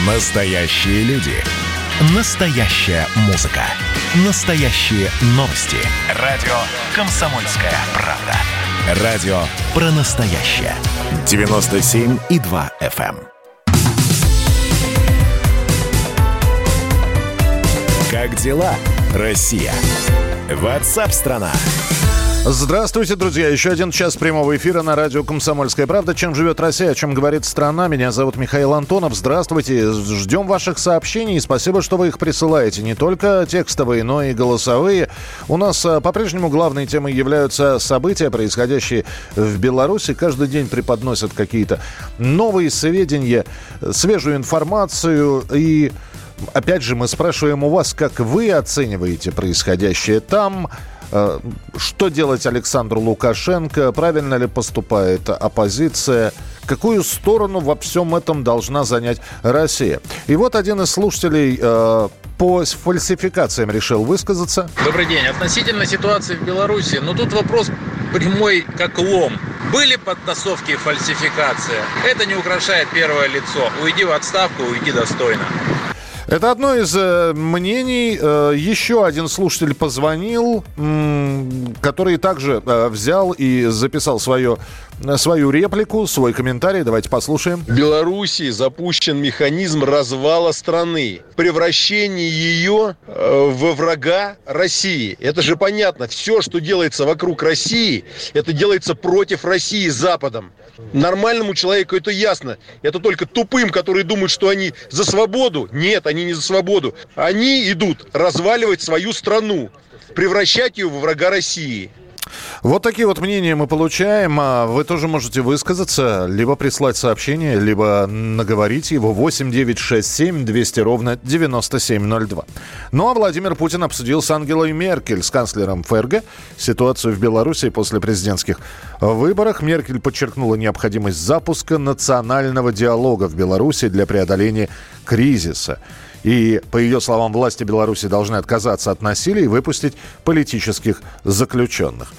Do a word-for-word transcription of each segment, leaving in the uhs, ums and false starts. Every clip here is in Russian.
Настоящие люди. Настоящая музыка. Настоящие новости. Радио «Комсомольская правда». Радио про настоящее. девяносто семь и два эф эм. Как дела, Россия? WhatsApp-страна. Здравствуйте, друзья. Еще один час прямого эфира на радио «Комсомольская правда». Чем живет Россия, о чем говорит страна. Меня зовут Михаил Антонов. Здравствуйте. Ждем ваших сообщений. Спасибо, что вы их присылаете. Не только текстовые, но и голосовые. У нас по-прежнему главной темой являются события, происходящие в Беларуси. Каждый день преподносят какие-то новые сведения, свежую информацию. И опять же мы спрашиваем у вас, как вы оцениваете происходящее там. Что делать Александру Лукашенко? Правильно ли поступает оппозиция? Какую сторону во всем этом должна занять Россия? И вот один из слушателей э, по фальсификациям решил высказаться. Добрый день. Относительно ситуации в Беларуси, ну тут вопрос прямой как лом. Были подтасовки и фальсификация. Это не украшает первое лицо. Уйди в отставку, уйди достойно. Это одно из э, мнений. Э, еще один слушатель позвонил, м- который также э, взял и записал свое, свою реплику, свой комментарий. Давайте послушаем. В Беларуси запущен механизм развала страны, превращение ее э, во врага России. Это же понятно. Все, что делается вокруг России, это делается против России Западом. Нормальному человеку это ясно. Это только тупым, которые думают, что они за свободу. Нет, они не за свободу. Они идут разваливать свою страну, превращать ее во врага России. Вот такие вот мнения мы получаем. Вы тоже можете высказаться, либо прислать сообщение, либо наговорить его восемь девятьсот шестьдесят семь двести ровно девяносто семь ноль два. Ну а Владимир Путин обсудил с Ангелой Меркель, с канцлером ФРГ, ситуацию в Беларуси после президентских выборов. Меркель подчеркнула необходимость запуска национального диалога в Беларуси для преодоления кризиса. И, по ее словам, власти Беларуси должны отказаться от насилия и выпустить политических заключенных.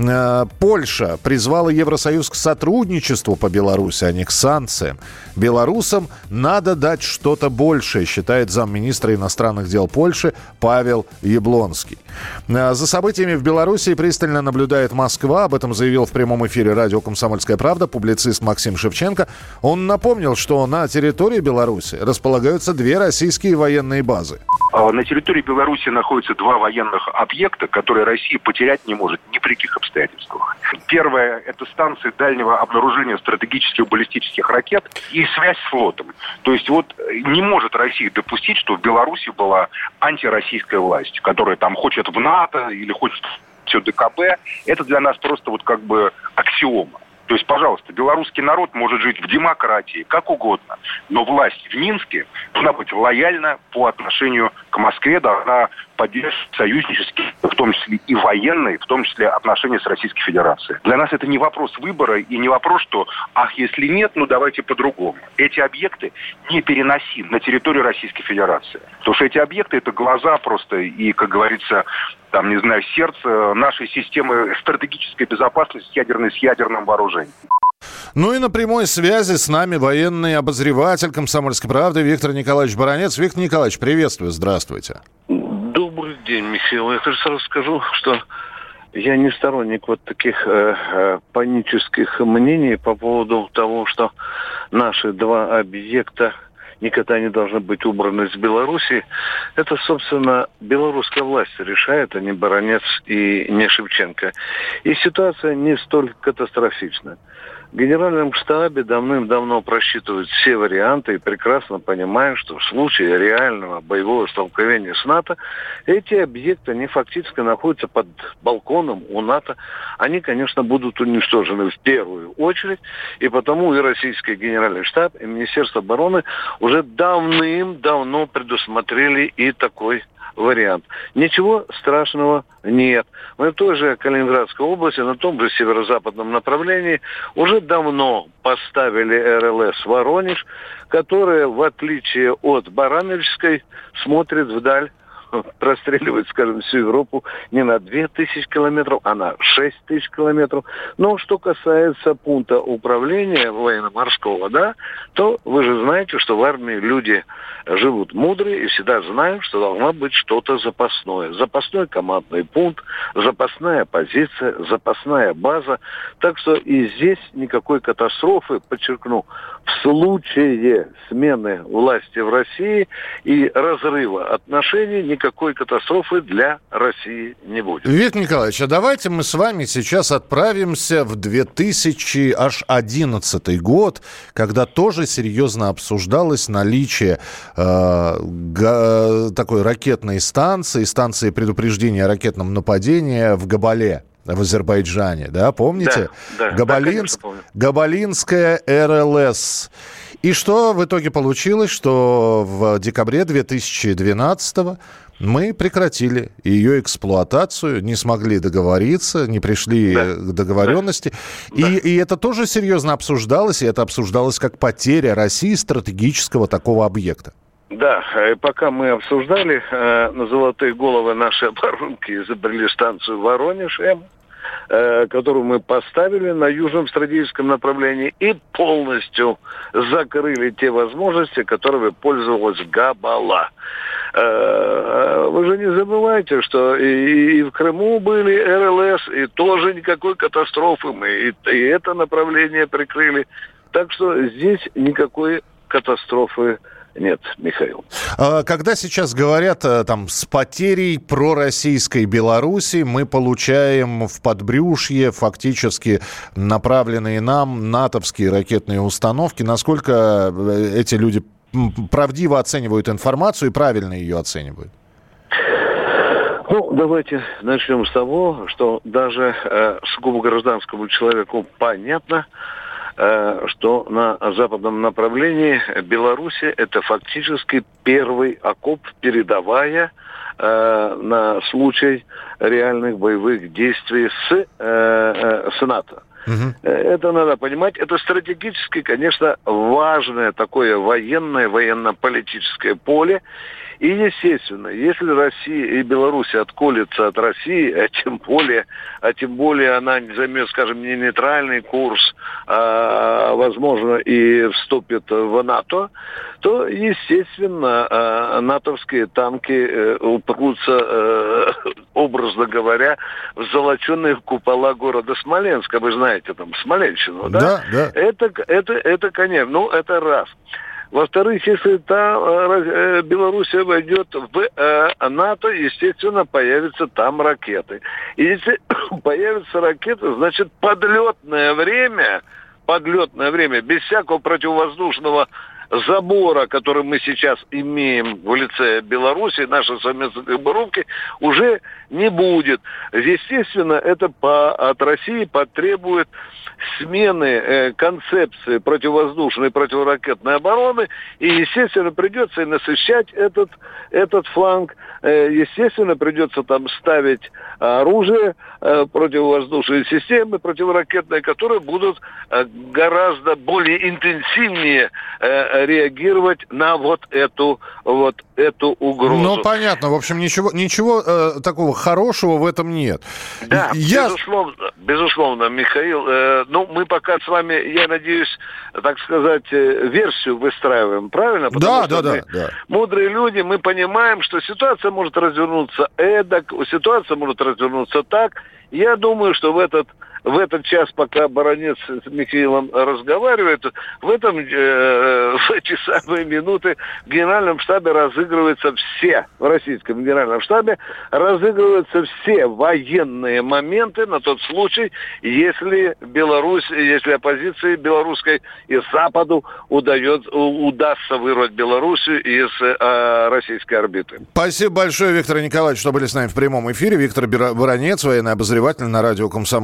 Польша призвала Евросоюз к сотрудничеству по Беларуси, а не к санкциям. Белорусам надо дать что-то большее, считает замминистра иностранных дел Польши Павел Яблонский. За событиями в Беларуси пристально наблюдает Москва. Об этом заявил в прямом эфире радио «Комсомольская правда» публицист Максим Шевченко. Он напомнил, что на территории Беларуси располагаются две российские военные базы. На территории Беларуси находятся два военных объекта, которые Россия потерять не может ни при каких обстоятельствах. Первое – это станции дальнего обнаружения стратегических баллистических ракет и связь с флотом. То есть вот не может Россия допустить, что в Беларуси была антироссийская власть, которая там хочет в НАТО или хочет все ДКБ. Это для нас просто вот как бы аксиома. То есть, пожалуйста, белорусский народ может жить в демократии, как угодно, но власть в Минске должна быть лояльна по отношению к Москве, должна поддерживать союзнические, в том числе и военные, в том числе отношения с Российской Федерацией. Для нас это не вопрос выбора и не вопрос, что, ах, если нет, ну давайте по-другому. Эти объекты непереносимы на территорию Российской Федерации. Потому что эти объекты – это глаза просто и, как говорится, там, не знаю, сердце нашей системы стратегической безопасности ядерной с ядерным вооружением. Ну и на прямой связи с нами военный обозреватель «Комсомольской правды» Виктор Николаевич Баранец. Виктор Николаевич, приветствую, здравствуйте. Добрый день, Михаил. Я тоже сразу скажу, что я не сторонник вот таких э, э, панических мнений по поводу того, что наши два объекта никогда не должны быть убраны из Беларуси. Это, собственно, белорусская власть решает, а не Баранец и не Шевченко. И ситуация не столь катастрофична. В Генеральном штабе давным-давно просчитывают все варианты и прекрасно понимают, что в случае реального боевого столкновения с НАТО эти объекты, они фактически находятся под балконом у НАТО. Они, конечно, будут уничтожены в первую очередь, и потому и российский Генеральный штаб, и Министерство обороны уже давным-давно предусмотрели и такой вариант. Ничего страшного нет. Мы в той же Калининградской области, на том же северо-западном направлении, уже давно поставили эр эл эс «Воронеж», которая, в отличие от Барановичской, смотрит вдаль простреливает, скажем, всю Европу не на две тысячи километров, а на шесть тысяч километров. Но что касается пункта управления военно-морского, да, то вы же знаете, что в армии люди живут мудрые и всегда знают, что должно быть что-то запасное. Запасной командный пункт, запасная позиция, запасная база. Так что и здесь никакой катастрофы, подчеркну, в случае смены власти в России и разрыва отношений никакой катастрофы для России не будет. Виктор Николаевич, а давайте мы с вами сейчас отправимся в две тысячи одиннадцатый год, когда тоже серьезно обсуждалось наличие э, га- такой ракетной станции, станции предупреждения о ракетном нападении в Габале. В Азербайджане, да, помните? Да, да, Габалинск, да, Габалинская эр эл эс. И что в итоге получилось? Что в декабре две тысячи двенадцатого мы прекратили ее эксплуатацию, не смогли договориться, не пришли да. к договоренности. Да. И, да. и это тоже серьезно обсуждалось, и это обсуждалось как потеря России стратегического такого объекта. Да, пока мы обсуждали, на золотые головы нашей оборонки изобрели станцию Воронеж-М, которую мы поставили на южном стратегическом направлении и полностью закрыли те возможности, которыми пользовалась Габала. Вы же не забывайте, что и, и в Крыму были эр эл эс, и тоже никакой катастрофы. Мы и, и это направление прикрыли. Так что здесь никакой катастрофы нет, Михаил. Когда сейчас говорят там с потерей пророссийской Беларуси, мы получаем в подбрюшье фактически направленные нам натовские ракетные установки. Насколько эти люди правдиво оценивают информацию и правильно ее оценивают? Ну, давайте начнем с того, что даже э, сугубо гражданскому человеку понятно, что на западном направлении Беларуси это фактически первый окоп, передовая э, на случай реальных боевых действий с, э, э, с НАТО. Угу. Это надо понимать. Это стратегически, конечно, важное такое военное, военно-политическое поле. И, естественно, если Россия и Беларусь отколются от России, а тем более, а тем более она займет, скажем, не нейтральный курс, а, возможно, и вступит в НАТО, то, естественно, натовские танки упрутся, образно говоря, в золоченые купола города Смоленска. Вы знаете, там, Смоленщину, да? Да, да. Это, это, это, конечно, ну, это раз. Во-вторых, если та э, Белоруссия войдет в э, НАТО, естественно, появятся там ракеты. И если появятся ракеты, значит, подлетное время, подлетное время, без всякого противовоздушного забора, который мы сейчас имеем в лице Беларуси, нашей совместной группировки, уже не будет. Естественно, это по, от России потребует смены э, концепции противовоздушной и противоракетной обороны, и, естественно, придется и насыщать этот, этот фланг, э, естественно, придется там ставить оружие, э, противовоздушные системы, противоракетные, которые будут э, гораздо более интенсивнее э, реагировать на вот эту, вот эту угрозу. Ну, понятно. В общем, ничего, ничего э, такого хорошего в этом нет. Да, Я... безусловно, безусловно, Михаил. Э, ну, мы пока с вами, я надеюсь, так сказать, э, версию выстраиваем, правильно? Потому да, да, мы, да, да. мудрые люди, мы понимаем, что ситуация может развернуться эдак, ситуация может развернуться так. Я думаю, что в этот В этот час, пока баронец с Михаилом разговаривает, в, этом, э, в эти самые минуты в Генеральном штабе разыгрываются все, в российском Генеральном штабе разыгрываются все военные моменты на тот случай, если Беларусь, если оппозиции белорусской и Западу удается, удастся вырвать Белоруссию из э, российской орбиты. Спасибо большое, Виктор Николаевич, что были с нами в прямом эфире. Виктор Баранец, военный обозреватель на радио «Комсомольская правда».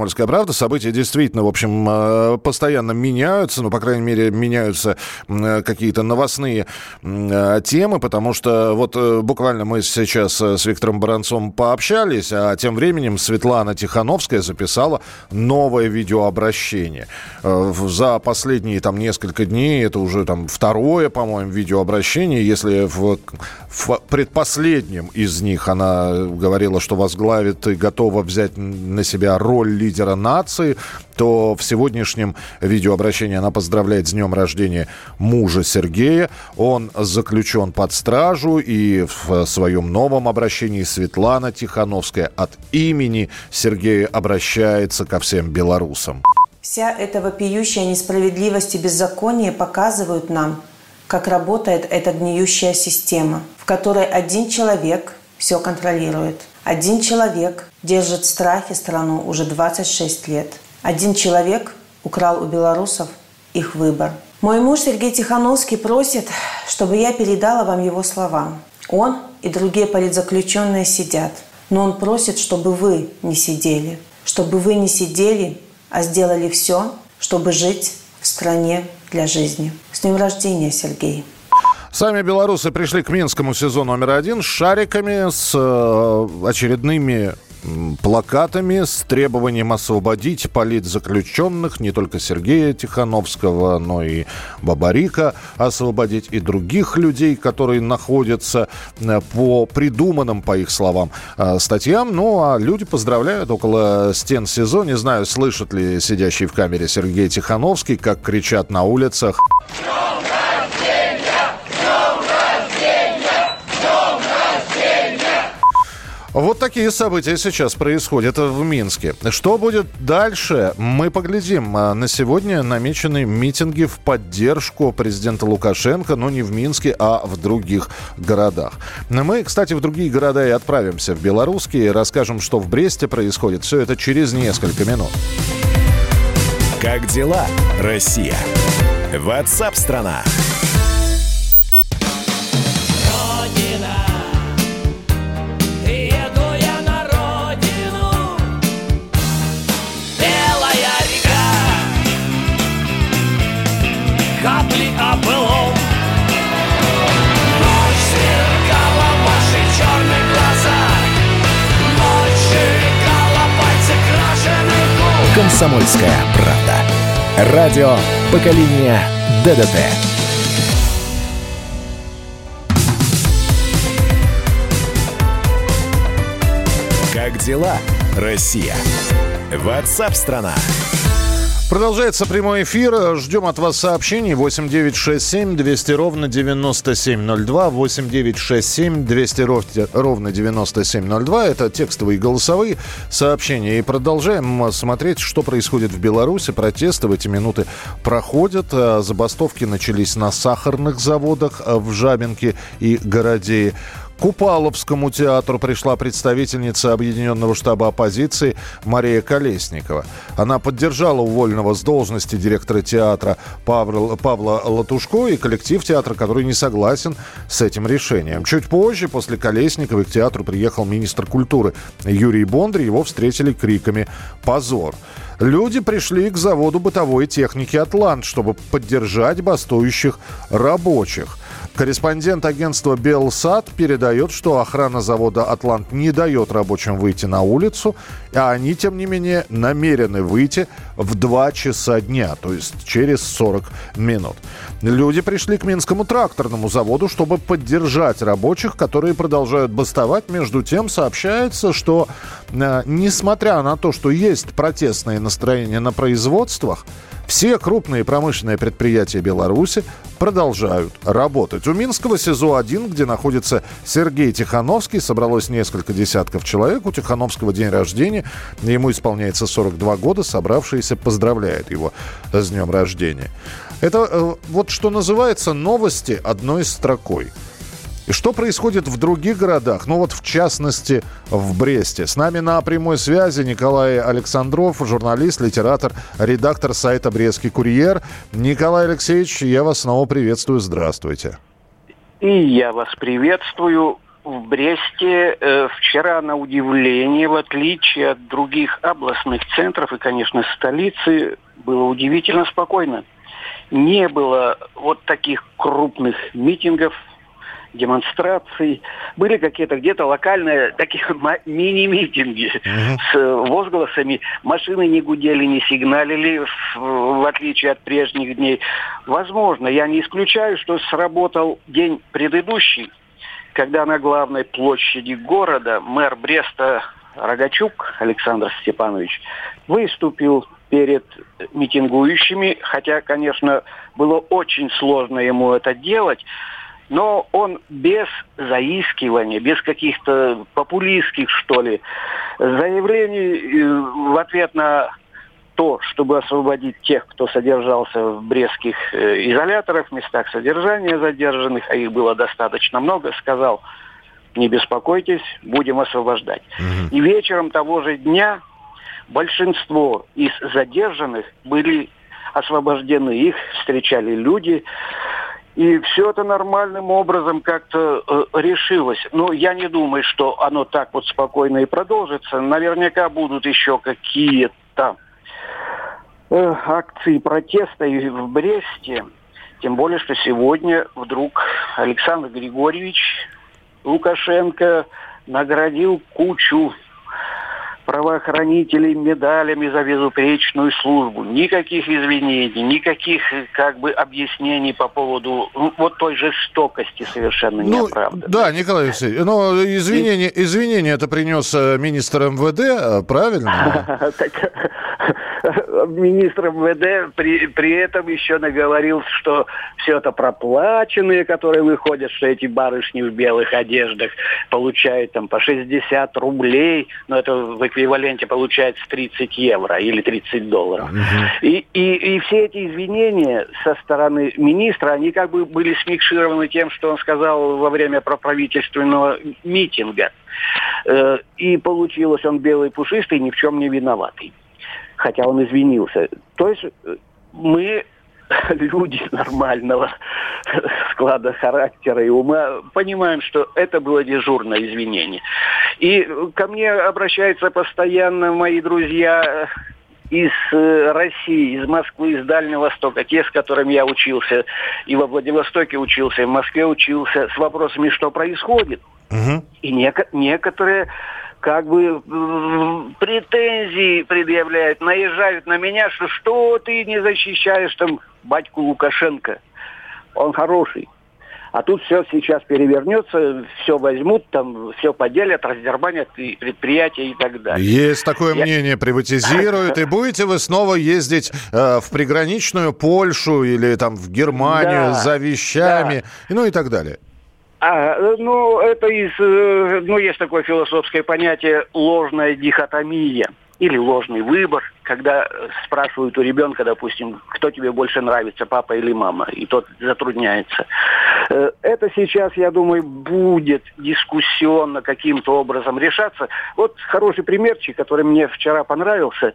года. События действительно, в общем, постоянно меняются, ну, по крайней мере, меняются какие-то новостные темы, потому что вот буквально мы сейчас с Виктором Баранцом пообщались, а тем временем Светлана Тихановская записала новое видеообращение. За последние там несколько дней, это уже там второе, по-моему, видеообращение, если в, в предпоследнем из них она говорила, что возглавит и готова взять на себя роль лидера нации, то в сегодняшнем видеообращении она поздравляет с днем рождения мужа Сергея. Он заключен под стражу, и в своем новом обращении Светлана Тихановская от имени Сергея обращается ко всем белорусам. Вся эта вопиющая несправедливость и беззаконие показывают нам, как работает эта гниющая система, в которой один человек все контролирует. Один человек держит в страхе страну уже двадцать шесть лет. Один человек украл у белорусов их выбор. Мой муж Сергей Тихановский просит, чтобы я передала вам его слова. Он и другие политзаключенные сидят, но он просит, чтобы вы не сидели, чтобы вы не сидели, а сделали все, чтобы жить в стране для жизни. С днем рождения, Сергей! Сами белорусы пришли к Минскому СИЗО номер один с шариками, с э, очередными плакатами с требованием освободить политзаключенных, не только Сергея Тихановского, но и Бабарика освободить, и других людей, которые находятся по придуманным, по их словам, статьям. Ну, а люди поздравляют около стен СИЗО. Не знаю, слышат ли сидящий в камере Сергей Тихановский, как кричат на улицах. Вот такие события сейчас происходят в Минске. Что будет дальше, мы поглядим. На сегодня намечены митинги в поддержку президента Лукашенко, но не в Минске, а в других городах. Мы, кстати, в другие города и отправимся, в белорусские, расскажем, что в Бресте происходит. Все это через несколько минут. Как дела, Россия? Ватсап-страна! Капли о былом. Ночь сверкала в ваши черные глаза. Ночь сверкала пальцы крашеных губ. Комсомольская правда. Радио поколения ДДТ. Как дела, Россия? Ватсап-страна! Продолжается прямой эфир. Ждем от вас сообщений. восемь девятьсот шестьдесят семь двести ровно девяносто семь ноль два. восемь девятьсот шестьдесят семь двести ровно девяносто семь ноль два. Это текстовые и голосовые сообщения. И продолжаем смотреть, что происходит в Беларуси. Протесты в эти минуты проходят. Забастовки начались на сахарных заводах в Жабинке и Городее. К Купаловскому театру пришла представительница Объединенного штаба оппозиции Мария Колесникова. Она поддержала уволенного с должности директора театра Павла, Павла Латушко и коллектив театра, который не согласен с этим решением. Чуть позже, после Колесниковой, к театру приехал министр культуры Юрий Бондарь. Его встретили криками «Позор!». Люди пришли к заводу бытовой техники «Атлант», чтобы поддержать бастующих рабочих. Корреспондент агентства «Белсат» передает, что охрана завода «Атлант» не дает рабочим выйти на улицу, а они, тем не менее, намерены выйти в два часа дня, то есть через сорок минут. Люди пришли к Минскому тракторному заводу, чтобы поддержать рабочих, которые продолжают бастовать. Между тем, сообщается, что, э, несмотря на то, что есть протестные настроения на производствах, все крупные промышленные предприятия Беларуси продолжают работать. У Минского СИЗО один, где находится Сергей Тихановский, собралось несколько десятков человек. У Тихановского день рождения. Ему исполняется сорок два года. Собравшиеся поздравляют его с днем рождения. Это э, вот что называется новости одной строкой. И что происходит в других городах? Ну вот в частности в Бресте. С нами на прямой связи Николай Александров, журналист, литератор, редактор сайта «Брестский курьер». Николай Алексеевич, я вас снова приветствую. Здравствуйте. И я вас приветствую. в Бресте э, вчера, на удивление, в отличие от других областных центров и, конечно, столицы, было удивительно спокойно. Не было вот таких крупных митингов, демонстраций. Были какие-то где-то локальные такие мини-митинги uh-huh. с возгласами. Машины не гудели, не сигналили, в, в отличие от прежних дней. Возможно, я не исключаю, что сработал день предыдущий, когда на главной площади города мэр Бреста Рогачук Александр Степанович выступил перед митингующими, хотя, конечно, было очень сложно ему это делать, но он без заискивания, без каких-то популистских, что ли, заявлений в ответ на то, чтобы освободить тех, кто содержался в брестских изоляторах, местах содержания задержанных, а их было достаточно много, сказал: не беспокойтесь, будем освобождать. Mm-hmm. И вечером того же дня большинство из задержанных были освобождены, их встречали люди. И все это нормальным образом как-то э, решилось. Но я не думаю, что оно так вот спокойно и продолжится. Наверняка будут еще какие-то э, акции протеста и в Бресте. Тем более, что сегодня вдруг Александр Григорьевич Лукашенко наградил кучу правоохранителей медалями за безупречную службу. Никаких извинений, никаких как бы объяснений по поводу ну, вот той жестокости совершенно ну, неоправданной. Да, Николай Алексеевич, но извинения, И... извинения это принес министр эм вэ дэ, правильно? Министр эм вэ дэ при, при этом еще наговорил, что все это проплаченные, которые выходят, что эти барышни в белых одеждах получают там по шестьдесят рублей, но это в эквиваленте получается тридцать евро или тридцать долларов. Uh-huh. И, и, и все эти извинения со стороны министра, они как бы были смикшированы тем, что он сказал во время проправительственного митинга. И получилось, он белый пушистый, ни в чем не виноватый. Хотя он извинился. То есть мы, люди нормального склада характера и ума, понимаем, что это было дежурное извинение. И ко мне обращаются постоянно мои друзья из России, из Москвы, из Дальнего Востока, те, с которыми я учился, и во Владивостоке учился, и в Москве учился, с вопросами, что происходит. Угу. И нек- некоторые... как бы претензии предъявляют, наезжают на меня, что что ты не защищаешь там батьку Лукашенко, он хороший. А тут все сейчас перевернется, все возьмут, там все поделят, раздербанят и предприятия и так далее. Есть такое Я... мнение, приватизируют, и будете вы снова ездить э, в приграничную Польшу или там в Германию да, за вещами, да. ну и так далее. А, ну, это из, ну, есть такое философское понятие ложная дихотомия или ложный выбор, когда спрашивают у ребенка, допустим, кто тебе больше нравится, папа или мама, и тот затрудняется. Это сейчас, я думаю, будет дискуссионно каким-то образом решаться. Вот хороший примерчик, который мне вчера понравился.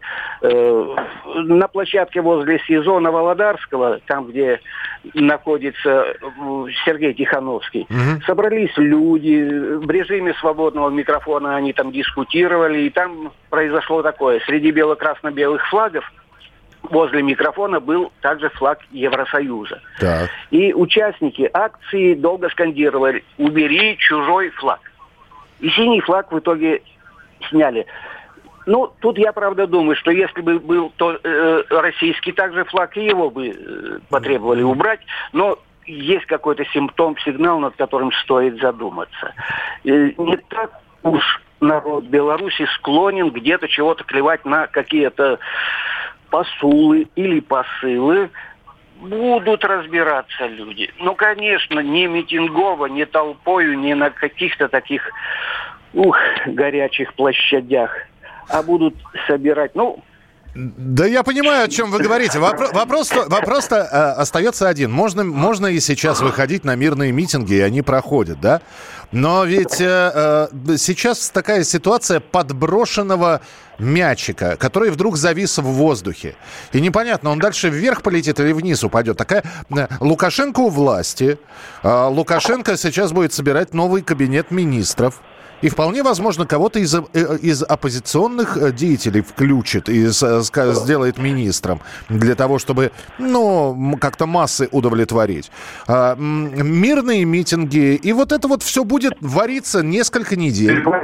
На площадке возле СИЗО Володарского, там, где находится Сергей Тихановский, угу. собрались люди, в режиме свободного микрофона они там дискутировали, и там произошло такое. Среди бело-красно-белых флагов возле микрофона был также флаг Евросоюза. Так. И участники акции долго скандировали: «Убери чужой флаг». И синий флаг в итоге сняли. Ну, тут я, правда, думаю, что если бы был то, э, российский также флаг, и его бы э, потребовали убрать, но есть какой-то симптом, сигнал, над которым стоит задуматься. Э, не так уж народ Беларуси склонен где-то чего-то клевать на какие-то посулы или посылы. Будут разбираться люди. Ну, конечно, не митингово, не толпою, не на каких-то таких ух, горячих площадях, а будут собирать, ну, Да я понимаю, о чем вы говорите. Вопро- вопрос, вопрос-то э, остается один. Можно, можно и сейчас выходить на мирные митинги, и они проходят, да? Но ведь э, э, сейчас такая ситуация подброшенного мячика, который вдруг завис в воздухе. И непонятно, он дальше вверх полетит или вниз упадет. Такая э, Лукашенко у власти. Э, Лукашенко сейчас будет собирать новый кабинет министров. И вполне возможно, кого-то из, из оппозиционных деятелей включит и сделает министром для того, чтобы, ну, как-то массы удовлетворить. А, мирные митинги, и вот это вот все будет вариться несколько недель. То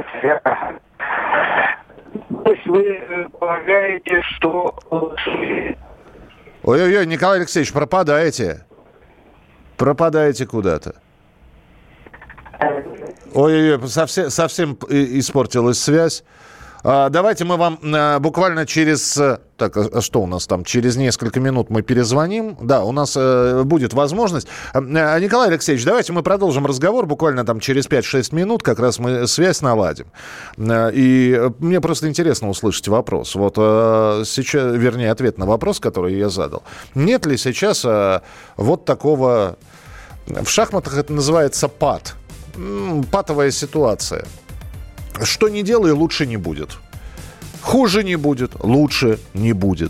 есть вы полагаете, что... Ой-ой-ой, Николай Алексеевич, пропадаете. Пропадаете куда-то. Ой-ой-ой, совсем, совсем испортилась связь. А, давайте мы вам а, буквально через... Так, а что у нас там? Через несколько минут мы перезвоним. Да, у нас а, будет возможность. А, Николай Алексеевич, давайте мы продолжим разговор буквально там через пять-шесть минут. Как раз мы связь наладим. А, и мне просто интересно услышать вопрос. Вот а, сейчас, вернее, ответ на вопрос, который я задал. Нет ли сейчас а, вот такого... В шахматах это называется пат. Патовая ситуация. Что ни делай, лучше не будет. Хуже не будет, лучше не будет.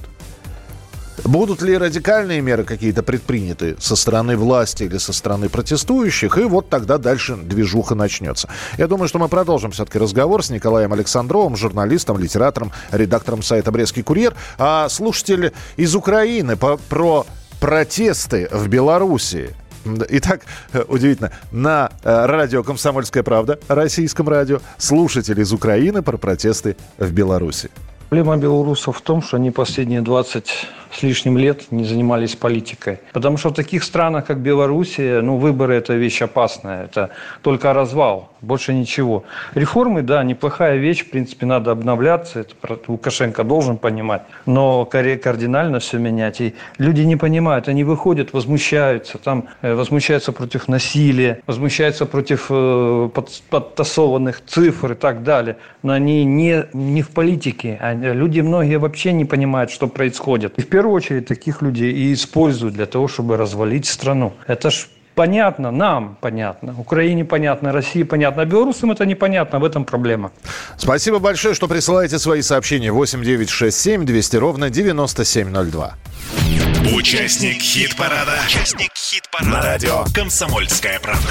Будут ли радикальные меры какие-то предприняты со стороны власти или со стороны протестующих? И вот тогда дальше движуха начнется. Я думаю, что мы продолжим все-таки разговор с Николаем Александровым, журналистом, литератором, редактором сайта «Брестский курьер». А слушатель из Украины по- про протесты в Беларуси. Итак, удивительно, на радио «Комсомольская правда», российском радио, слушатель из Украины про протесты в Беларуси. Проблема белорусов в том, что они последние двадцать с лишним лет не занимались политикой. Потому что в таких странах, как Белоруссия, ну, выборы – это вещь опасная. Это только развал, больше ничего. Реформы, да, неплохая вещь. В принципе, надо обновляться. Это Лукашенко должен понимать. Но кардинально все менять. И люди не понимают. Они выходят, возмущаются. Там возмущаются против насилия, возмущаются против э, подтасованных цифр и так далее. Но они не, не в политике. Люди многие вообще не понимают, что происходит. И в первую очередь таких людей и используют для того, чтобы развалить страну. Это ж понятно, нам понятно, Украине понятно, России понятно, а белорусам это непонятно, в этом проблема. Спасибо большое, что присылаете свои сообщения. восемь девятьсот шестьдесят семь двести ровно девяносто семь ноль два. Участник хит-парада. Участник хит-парада. На радио «Комсомольская правда».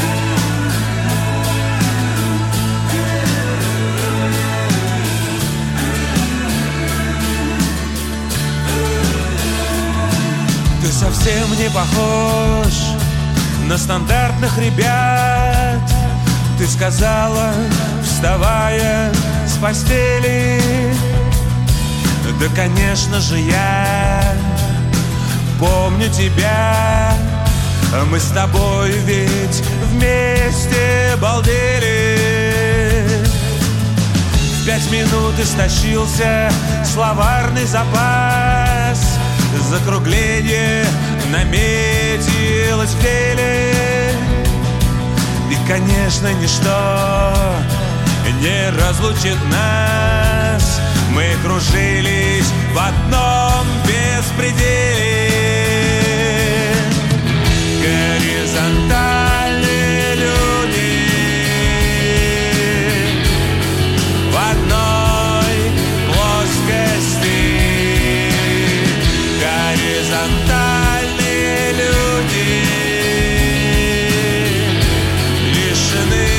Ты совсем не похож на стандартных ребят. Ты сказала, вставая с постели: да, конечно же, я помню тебя. Мы с тобой ведь вместе балдели. В пять минут истощился словарный запас. Закругление наметилось в деле. И, конечно, ничто не разлучит нас. Мы кружились в одном беспределе. Горизонтальные люди в одной плоскости. Горизонтальные люди лишены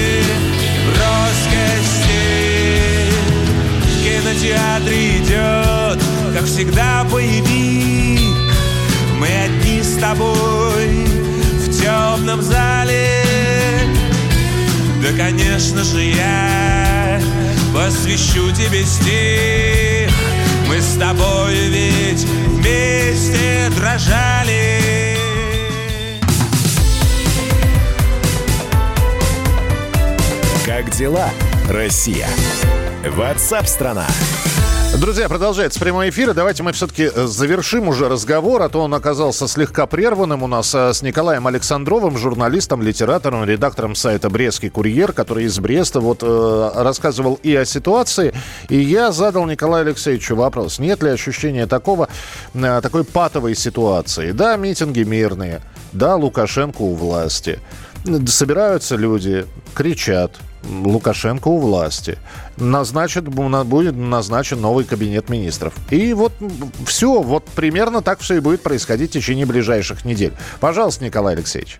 роскости. В кинотеатре идет, как всегда, боевик. Мы одни с тобой в темном зале. Да, конечно же, я посвящу тебе стих. Мы с тобой ведь вместе дрожали. Как дела, Россия? WhatsApp-страна. Друзья, продолжается прямой эфир. Давайте мы все-таки завершим уже разговор, а то он оказался слегка прерванным у нас с Николаем Александровым, журналистом, литератором, редактором сайта «Брестский курьер», который из Бреста вот э, рассказывал и о ситуации. И я задал Николаю Алексеевичу вопрос: нет ли ощущения такого, э, такой патовой ситуации? Да, митинги мирные, да, Лукашенко у власти. Собираются люди, кричат: Лукашенко у власти. Назначит, будет назначен новый кабинет министров. И вот все, вот примерно так все и будет происходить в течение ближайших недель. Пожалуйста, Николай Алексеевич.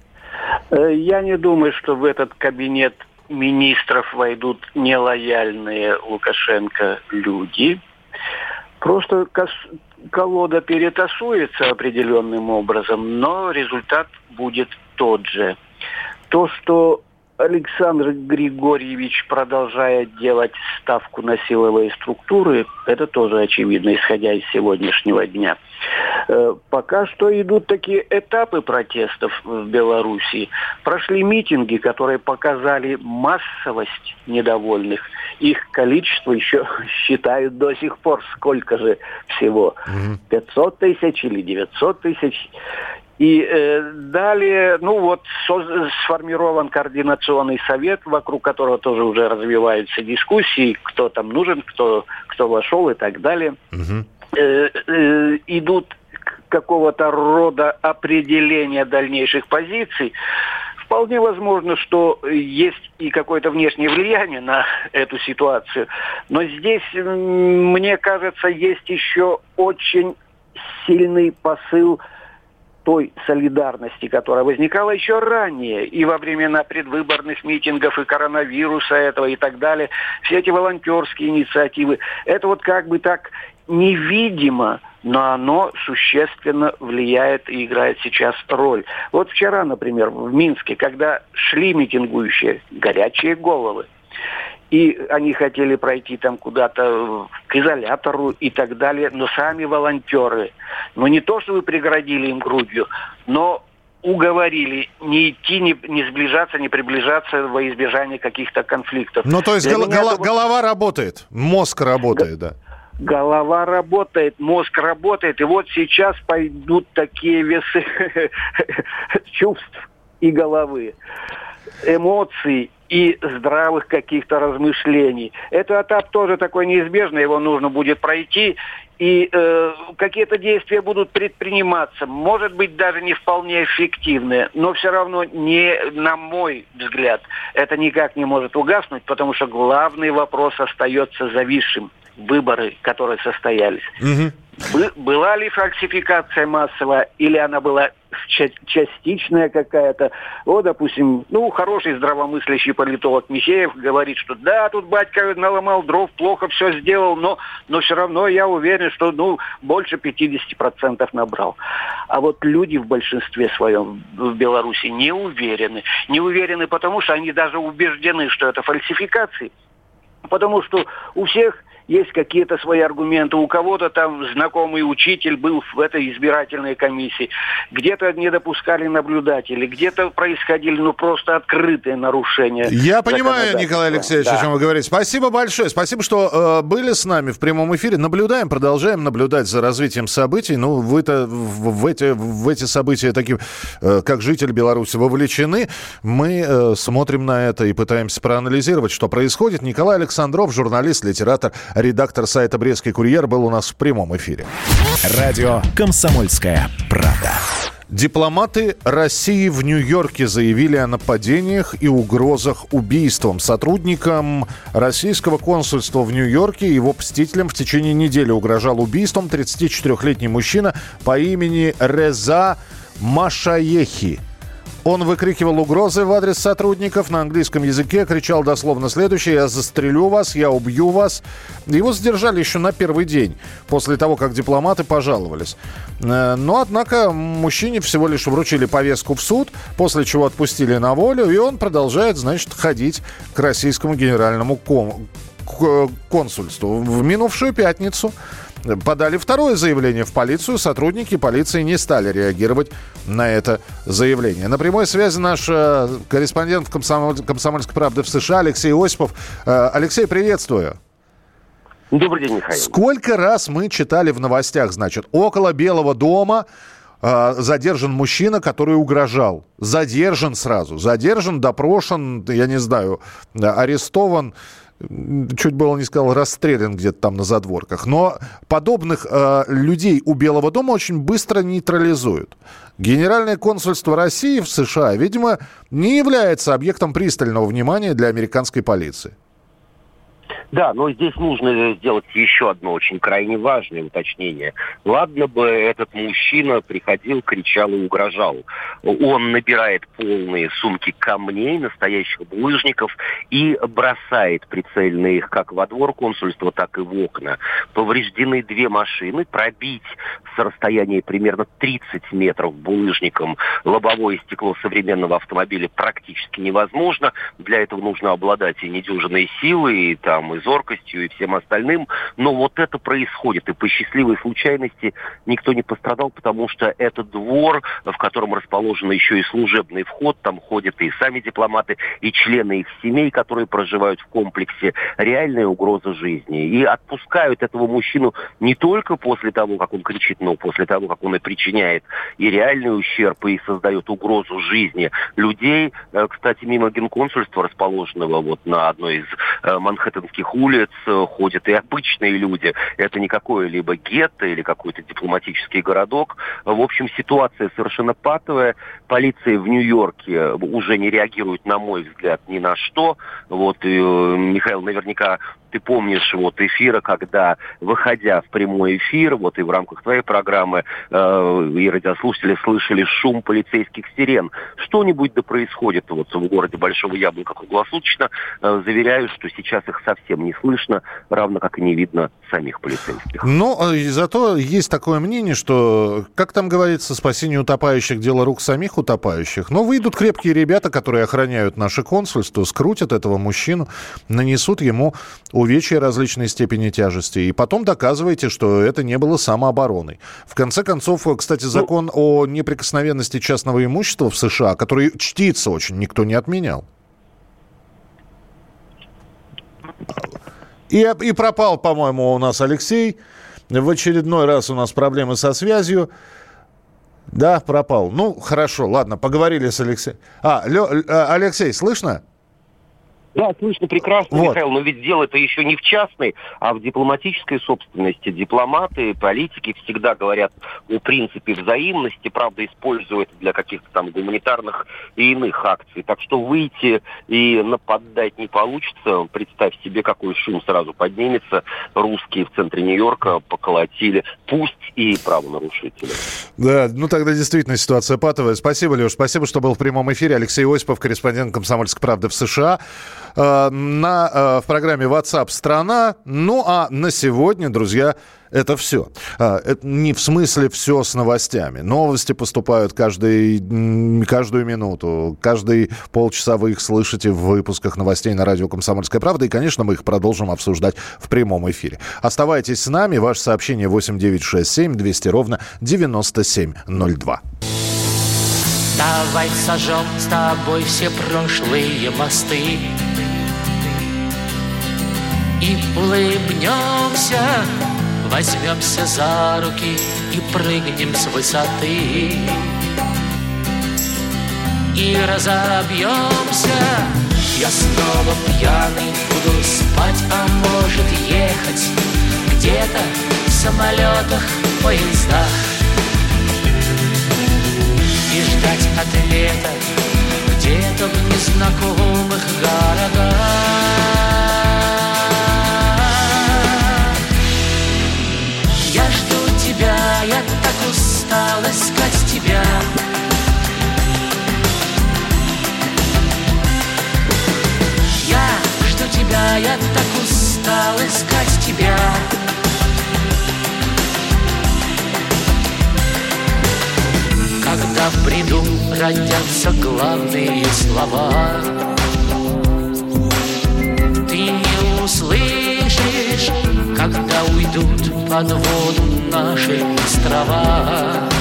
Я не думаю, что в этот кабинет министров войдут нелояльные Лукашенко люди. Просто колода перетасуется определенным образом, но результат будет тот же. То, что Александр Григорьевич продолжает делать ставку на силовые структуры, это тоже очевидно, исходя из сегодняшнего дня. Пока что идут такие этапы протестов в Беларуси. Прошли митинги, которые показали массовость недовольных. Их количество еще считают до сих пор. Сколько же всего? пятьсот тысяч или девятьсот тысяч? И э, далее, ну вот, со- сформирован координационный совет, вокруг которого тоже уже развиваются дискуссии, кто там нужен, кто, кто вошел и так далее. Uh-huh. Э, э, идут какого-то рода определения дальнейших позиций. Вполне возможно, что есть и какое-то внешнее влияние на эту ситуацию. Но здесь, мне кажется, есть еще очень сильный посыл той солидарности, которая возникала еще ранее, и во времена предвыборных митингов, и коронавируса этого, и так далее. Все эти волонтерские инициативы. Это вот как бы так невидимо, но оно существенно влияет и играет сейчас роль. Вот вчера, например, в Минске, когда шли митингующие, горячие головы, и они хотели пройти там куда-то к изолятору и так далее, но сами волонтеры, ну не то, что вы преградили им грудью, но уговорили не идти, не, не сближаться, не приближаться во избежание каких-то конфликтов. Ну то есть гол- гол- это... голова работает, мозг работает, Г- да. Голова работает, мозг работает, и вот сейчас пойдут такие весы чувств и головы, эмоций и здравых каких-то размышлений. Этот этап тоже такой неизбежный, его нужно будет пройти, и э, какие-то действия будут предприниматься, может быть, даже не вполне эффективные, но все равно, не, на мой взгляд, это никак не может угаснуть, потому что главный вопрос остается зависшим. Выборы, которые состоялись. Угу. Бы, была ли фальсификация массовая, или она была ча- частичная какая-то? Вот, допустим, ну, хороший здравомыслящий политолог Михеев говорит, что да, тут батька наломал дров, плохо все сделал, но, но все равно я уверен, что ну, больше пятьдесят процентов набрал. А вот люди в большинстве своем в Беларуси не уверены. Не уверены, потому что они даже убеждены, что это фальсификации. Потому что у всех есть какие-то свои аргументы. У кого-то там знакомый учитель был в этой избирательной комиссии. Где-то не допускали наблюдателей. Где-то происходили ну просто открытые нарушения. Я понимаю, Николай Алексеевич, да. О чем вы говорите. Спасибо большое. Спасибо, что э, были с нами в прямом эфире. Наблюдаем, продолжаем наблюдать за развитием событий. Ну, вы-то в, в, эти, в эти события, такие, э, как житель Беларуси, вовлечены. Мы э, смотрим на это и пытаемся проанализировать, что происходит. Николай Александров, журналист, литератор, редактор сайта «Брестский курьер», был у нас в прямом эфире. Радио «Комсомольская правда». Дипломаты России в Нью-Йорке заявили о нападениях и угрозах убийством. Сотрудникам российского консульства в Нью-Йорке и его посетителям в течение недели угрожал убийством тридцатичетырёхлетний мужчина по имени Реза Машаехи. Он выкрикивал угрозы в адрес сотрудников на английском языке, кричал дословно следующее: «Я застрелю вас, я убью вас». Его задержали еще на первый день, после того, как дипломаты пожаловались. Но, однако, мужчине всего лишь вручили повестку в суд, после чего отпустили на волю, и он продолжает, значит, ходить к российскому генеральному кон- консульству. В минувшую пятницу подали второе заявление в полицию. Сотрудники полиции не стали реагировать на это заявление. На прямой связи наш э, корреспондент Комсомоль... «Комсомольской правды» в США Алексей Осипов. Э, Алексей, приветствую. Добрый день, Михаил. Сколько раз мы читали в новостях, значит, около Белого дома э, задержан мужчина, который угрожал. Задержан сразу. Задержан, допрошен, я не знаю, арестован. Чуть было не сказал, расстрелян где-то там на задворках. Но подобных э, людей у Белого дома очень быстро нейтрализуют. Генеральное консульство России в США, видимо, не является объектом пристального внимания для американской полиции. Да, но здесь нужно сделать еще одно очень крайне важное уточнение. Ладно бы этот мужчина приходил, кричал и угрожал. Он набирает полные сумки камней, настоящих булыжников, и бросает прицельно их как во двор консульства, так и в окна. Повреждены две машины. Пробить с расстояния примерно тридцать метров булыжником лобовое стекло современного автомобиля практически невозможно. Для этого нужно обладать и недюжинной силой, и там и зоркостью, и всем остальным. Но вот это происходит. И по счастливой случайности никто не пострадал, потому что это двор, в котором расположен еще и служебный вход. Там ходят и сами дипломаты, и члены их семей, которые проживают в комплексе. Реальная угроза жизни. И отпускают этого мужчину не только после того, как он кричит, но после того, как он и причиняет и реальный ущерб, и создает угрозу жизни людей. Кстати, мимо генконсульства, расположенного вот на одной из манхэттенских улиц, ходят и обычные люди. Это не какое-либо гетто или какой-то дипломатический городок. В общем, ситуация совершенно патовая. Полиция в Нью-Йорке уже не реагирует, на мой взгляд, ни на что. Вот, и, Михаил, наверняка ты помнишь вот эфира, когда, выходя в прямой эфир, вот и в рамках твоей программы, э, и радиослушатели слышали шум полицейских сирен. Что-нибудь да происходит вот в городе Большого Яблока круглосуточно. Э, заверяю, что сейчас их совсем не слышно, равно как и не видно самих полицейских. Но э, зато есть такое мнение, что, как там говорится, спасение утопающих – дело рук самих утопающих. Но выйдут крепкие ребята, которые охраняют наше консульство, скрутят этого мужчину, нанесут ему увечья различной степени тяжести. И потом доказываете, что это не было самообороной. В конце концов, кстати, закон о неприкосновенности частного имущества в США, который чтится очень, никто не отменял. И, и пропал, по-моему, у нас Алексей. В очередной раз у нас проблемы со связью. Да, пропал. Ну, хорошо, ладно, поговорили с Алексеем. А, Лё, Алексей, слышно? Да, слышно прекрасно, вот. Михаил, но ведь дело-то еще не в частной, а в дипломатической собственности. Дипломаты, политики всегда говорят о принципе взаимности, правда, используют это для каких-то там гуманитарных и иных акций. Так что выйти и нападать не получится. Представь себе, какой шум сразу поднимется. Русские в центре Нью-Йорка поколотили, пусть и правонарушители. Да, ну тогда действительно ситуация патовая. Спасибо, Леш, спасибо, что был в прямом эфире. Алексей Осипов, корреспондент «Комсомольской правды» в США. На, в программе WhatsApp «Страна». Ну, а на сегодня, друзья, это все. Это не в смысле все с новостями. Новости поступают каждый, каждую минуту. Каждые полчаса вы их слышите в выпусках новостей на радио «Комсомольская правда». И, конечно, мы их продолжим обсуждать в прямом эфире. Оставайтесь с нами. Ваше сообщение восемь девятьсот шестьдесят семь двести ровно девяносто семь ноль два. Давай сожжем с тобой все прошлые мосты и улыбнемся, возьмемся за руки и прыгнем с высоты. И разобьемся. Я снова пьяный буду спать, а может ехать где-то в самолетах, поездах и ждать ответа где-то в незнакомых городах. Я жду тебя, я так устал искать тебя. Я жду тебя, я так устал искать тебя. Когда в бреду родятся главные слова, ты не услышишь, когда уйдут под воду наши острова.